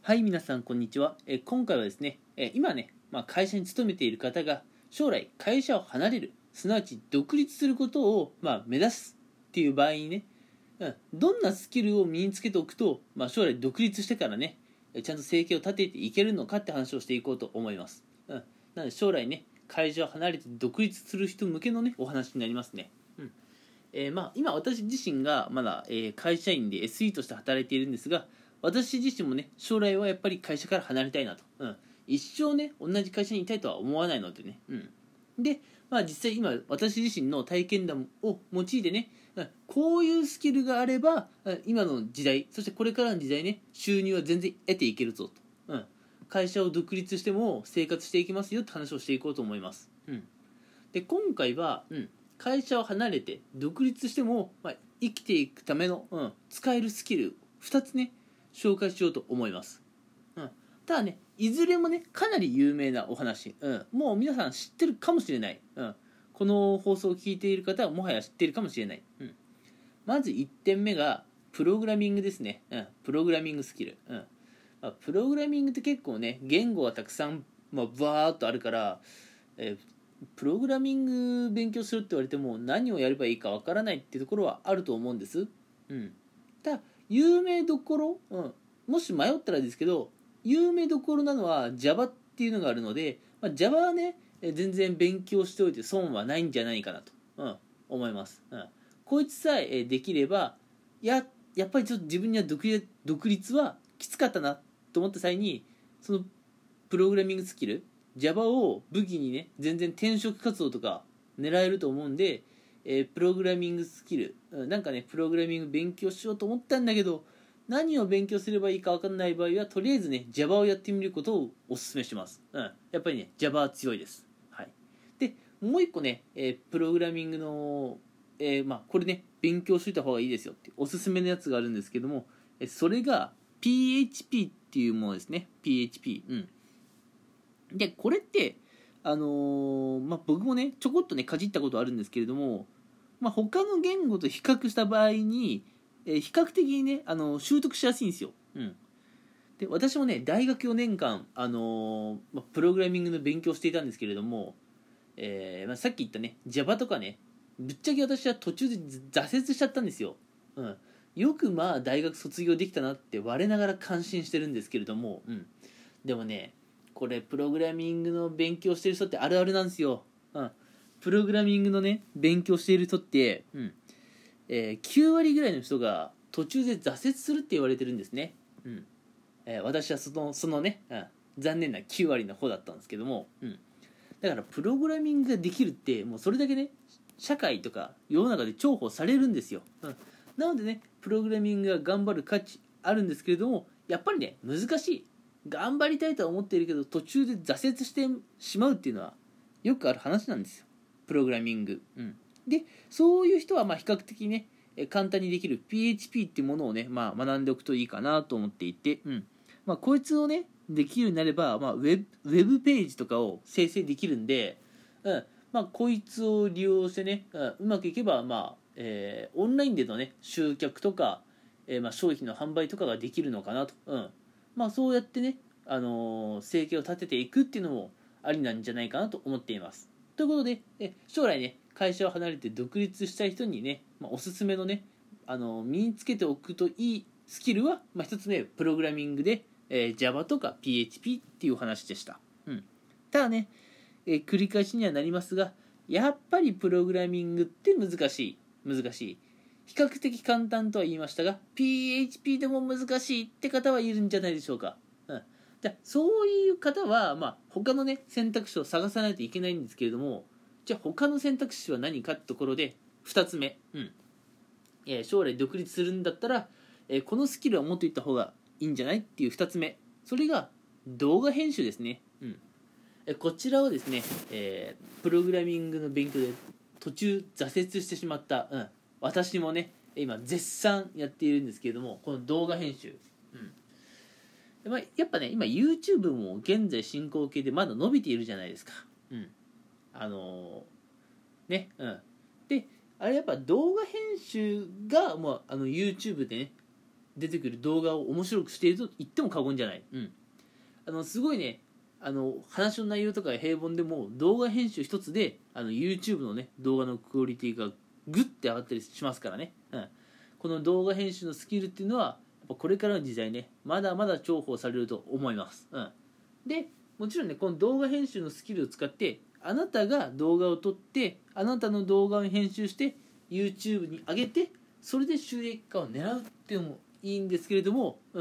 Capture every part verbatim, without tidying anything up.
はい、皆さんこんにちは。えー今回はですね、えー今ね、まあ、会社に勤めている方が将来会社を離れる、すなわち独立することを、まあ、目指すっていう場合にね、うん、どんなスキルを身につけておくと、まあ、将来独立してからね、えーちゃんと生計を立てていけるのかって話をしていこうと思います。うん、なので将来ね、会社を離れて独立する人向けのね、お話になりますね。うんえーまあ、今私自身がまだ、えー会社員で エスイー として働いているんですが、私自身もね、将来はやっぱり会社から離れたいなと、うん、一生ね同じ会社にいたいとは思わないのでね、うん、で、まあ、実際今私自身の体験談を用いてね、うんこういうスキルがあればうん今の時代、そしてこれからの時代ね、収入は全然得ていけるぞと、うん、会社を独立しても生活していきますよって話をしていこうと思います、うん、で今回は、うん、会社を離れて独立しても、まあ、生きていくための、うん、使えるスキルふたつね紹介しようと思います、うん、ただねいずれもねかなり有名なお話、うん、もう皆さん知ってるかもしれない、うん、この放送を聞いている方はもはや知っているかもしれない、うん、まずいってんめがプログラミングですね、うん、プログラミングスキル、うんまあ、プログラミングって結構ね言語がたくさん、まあ、バーっとあるから、えープログラミング勉強するって言われても何をやればいいかわからないっていうところはあると思うんです、うん、ただ有名どころ、うん、もし迷ったらですけど有名どころなのは Java っていうのがあるので、まあ、Java はね全然勉強しておいて損はないんじゃないかなと、うん、思います、うん、こいつさえできればややっぱりちょっと自分には独立独立はきつかったなと思った際にそのプログラミングスキル Java を武器にね全然転職活動とか狙えると思うんで、えープログラミングスキル、うんなんかねプログラミング勉強しようと思ったんだけど何を勉強すればいいか分かんない場合はとりあえずね Java をやってみることをお勧めします、うん、やっぱりね Java は強いです、はい、でもう一個ね、えープログラミングの、えーまあ、これね勉強しといた方がいいですよっておすすめのやつがあるんですけども、えそれが ピーエイチピー っていうものですね。 ピーエイチピー、うんでこれってあのーまあ、僕もねちょこっとねかじったことあるんですけれども、まあ、他の言語と比較した場合に、えー比較的にねあの習得しやすいんですよ、うん、で私もね大学よねんかん、あのーまあ、プログラミングの勉強をしていたんですけれども、えーまあ、さっき言ったね Java とかねぶっちゃけ私は途中で挫折しちゃったんですよ、うん、よくまあ大学卒業できたなって我ながら感心してるんですけれども、うん、でもねこれプログラミングの勉強してる人ってあるあるなんですよ、うん、プログラミングのね勉強している人って、うんえー、きゅうわりぐらいの人が途中で挫折するって言われてるんですね、うんえー、私はそのそのね、うん、残念なきゅうわりの方だったんですけども、うん、だからプログラミングができるってもうそれだけね社会とか世の中で重宝されるんですよ、うん、なのでねプログラミングが頑張る価値あるんですけれどもやっぱりね難しい頑張りたいとは思っているけど途中で挫折してしまうっていうのはよくある話なんですよプログラミング、うん、でそういう人はまあ比較的ね簡単にできる ピーエイチピー っていうものをね、まあ、学んでおくといいかなと思っていて、うんまあ、こいつをねできるようになれば、まあ、ウェブ、ウェブページとかを生成できるんで、うんまあ、こいつを利用してね、うん、うまくいけば、まあえーオンラインでのね集客とか、えーまあ、商品の販売とかができるのかなと、うんまあ、そうやってね、あのー生計を立てていくっていうのもありなんじゃないかなと思っています。ということで、え将来ね会社を離れて独立したい人にね、まあ、おすすめのね、あのー身につけておくといいスキルは、まあ、一つ目プログラミングで、えー Java とか ピーエイチピー っていうお話でした。うん、ただね、えー繰り返しにはなりますがやっぱりプログラミングって難しい難しい比較的簡単とは言いましたが ピーエイチピー でも難しいって方はいるんじゃないでしょうか、うん、じゃあそういう方は、まあ、他のね選択肢を探さないといけないんですけれどもじゃあ他の選択肢は何かってところでふたつめ、うんえー将来独立するんだったら、えーこのスキルは持っていった方がいいんじゃないっていうふたつめそれが動画編集ですね、うんこちらをですね、えープログラミングの勉強で途中挫折してしまった、うん、私もね今絶賛やっているんですけれどもこの動画編集、うんまあ、やっぱね今 YouTube も現在進行形でまだ伸びているじゃないですか、うん、あのー、ねうんであれやっぱ動画編集がもうあの YouTube でね出てくる動画を面白くしていると言っても過言じゃない、うん、あのすごいね、あの話の内容とか平凡でも動画編集一つであの YouTube のね動画のクオリティがグッて上がったりしますからね、うん、この動画編集のスキルっていうのはやっぱこれからの時代ねまだまだ重宝されると思います、うん、でもちろんねこの動画編集のスキルを使ってあなたが動画を撮ってあなたの動画を編集して YouTube に上げてそれで収益化を狙うっていうのもいいんですけれども、うん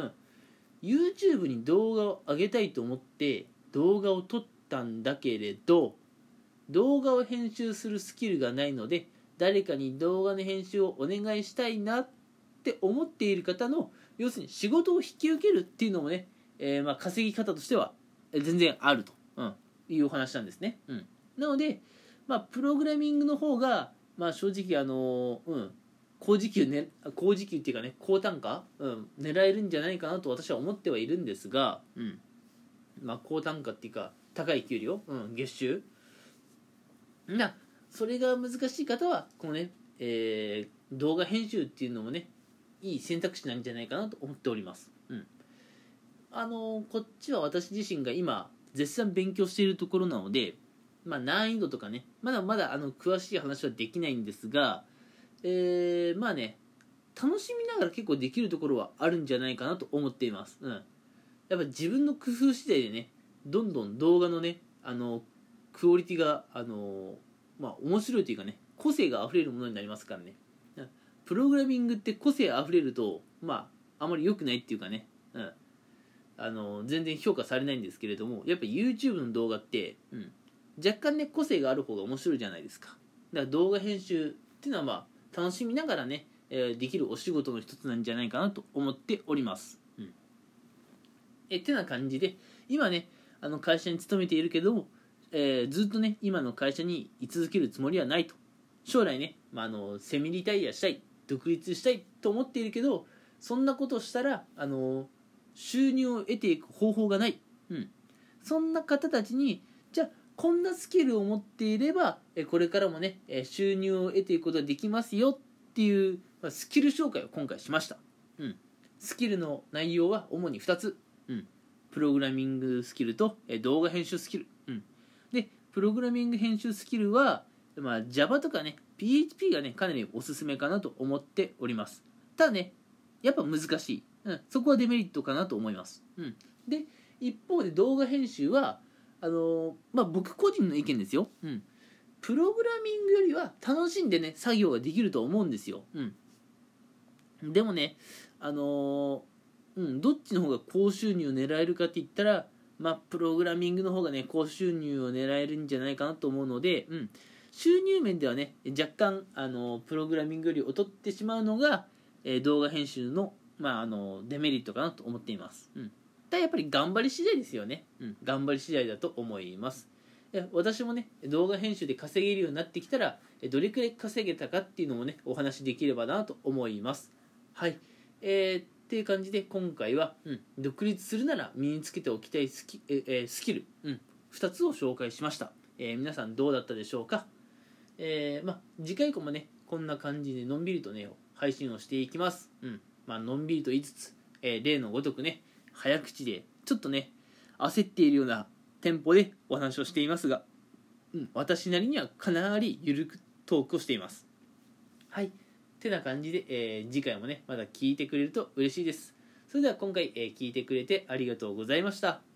、YouTube に動画を上げたいと思って動画を撮ったんだけれど動画を編集するスキルがないので誰かに動画の編集をお願いしたいなって思っている方の要するに仕事を引き受けるっていうのもね、えーまあ稼ぎ方としては全然あると、うん、いうお話なんですね、うん、なので、まあ、プログラミングの方が、まあ、正直あの、うん、高時給ね高時給っていうかね高単価、うん、狙えるんじゃないかなと私は思ってはいるんですが、うんまあ、高単価っていうか高い給料、うん、月収なそれが難しい方はこのね、えー、動画編集っていうのもねいい選択肢なんじゃないかなと思っております、うん、あのこっちは私自身が今絶賛勉強しているところなので、まあ、難易度とかねまだまだあの詳しい話はできないんですが、えー、まあね楽しみながら結構できるところはあるんじゃないかなと思っています、うん、やっぱ自分の工夫次第でねどんどん動画のねあのクオリティがあのまあ面白いというかね個性があふれるものになりますからね。プログラミングって個性あふれるとまああまり良くないっていうかね、うん、あの全然評価されないんですけれどもやっぱ YouTube の動画って、うん、若干ね個性がある方が面白いじゃないですか。だから動画編集っていうのはまあ楽しみながらね、えー、できるお仕事の一つなんじゃないかなと思っております、うん、えってな感じで今ねあの会社に勤めているけども、えー、ずっとね今の会社に居続けるつもりはないと。将来ね、まあ、あのセミリタイアしたい独立したいと思っているけどそんなことをしたらあの収入を得ていく方法がない、うん、そんな方たちにじゃあこんなスキルを持っていればこれからもね収入を得ていくことができますよっていうスキル紹介を今回しました、うん、スキルの内容は主にふたつ、うん、プログラミングスキルと動画編集スキル、うん、でプログラミング編集スキルはまあ、Java とかね ピーエイチピー がねかなりおすすめかなと思っております。ただねやっぱ難しい、うん、そこはデメリットかなと思います、うん、で一方で動画編集はあのー、まあ僕個人の意見ですよ、うん、プログラミングよりは楽しんでね作業ができると思うんですよ、うん、でもねあのー、うん、どっちの方が高収入を狙えるかって言ったらまあプログラミングの方がね高収入を狙えるんじゃないかなと思うので、うん収入面ではね若干あのプログラミングより劣ってしまうのが、えー、動画編集の,、まあ、あのデメリットかなと思っています、うん、ただやっぱり頑張り次第ですよね、うん、頑張り次第だと思います。私もね動画編集で稼げるようになってきたらどれくらい稼げたかっていうのもねお話しできればなと思います。はい、えー、っていう感じで今回は、うん、独立するなら身につけておきたいスキ、えー、スキル、うん、ふたつを紹介しました、えー、皆さんどうだったでしょうか。えーまあ、次回以降もねこんな感じでのんびりとね配信をしていきます、うんまあのんびりと言いつつ、えー、例のごとくね早口でちょっとね焦っているようなテンポでお話をしていますが、うん、私なりにはかなりゆるくトークをしています。はいてな感じで、えー、次回もねまだ聞いてくれると嬉しいです。それでは今回、えー、聞いてくれてありがとうございました。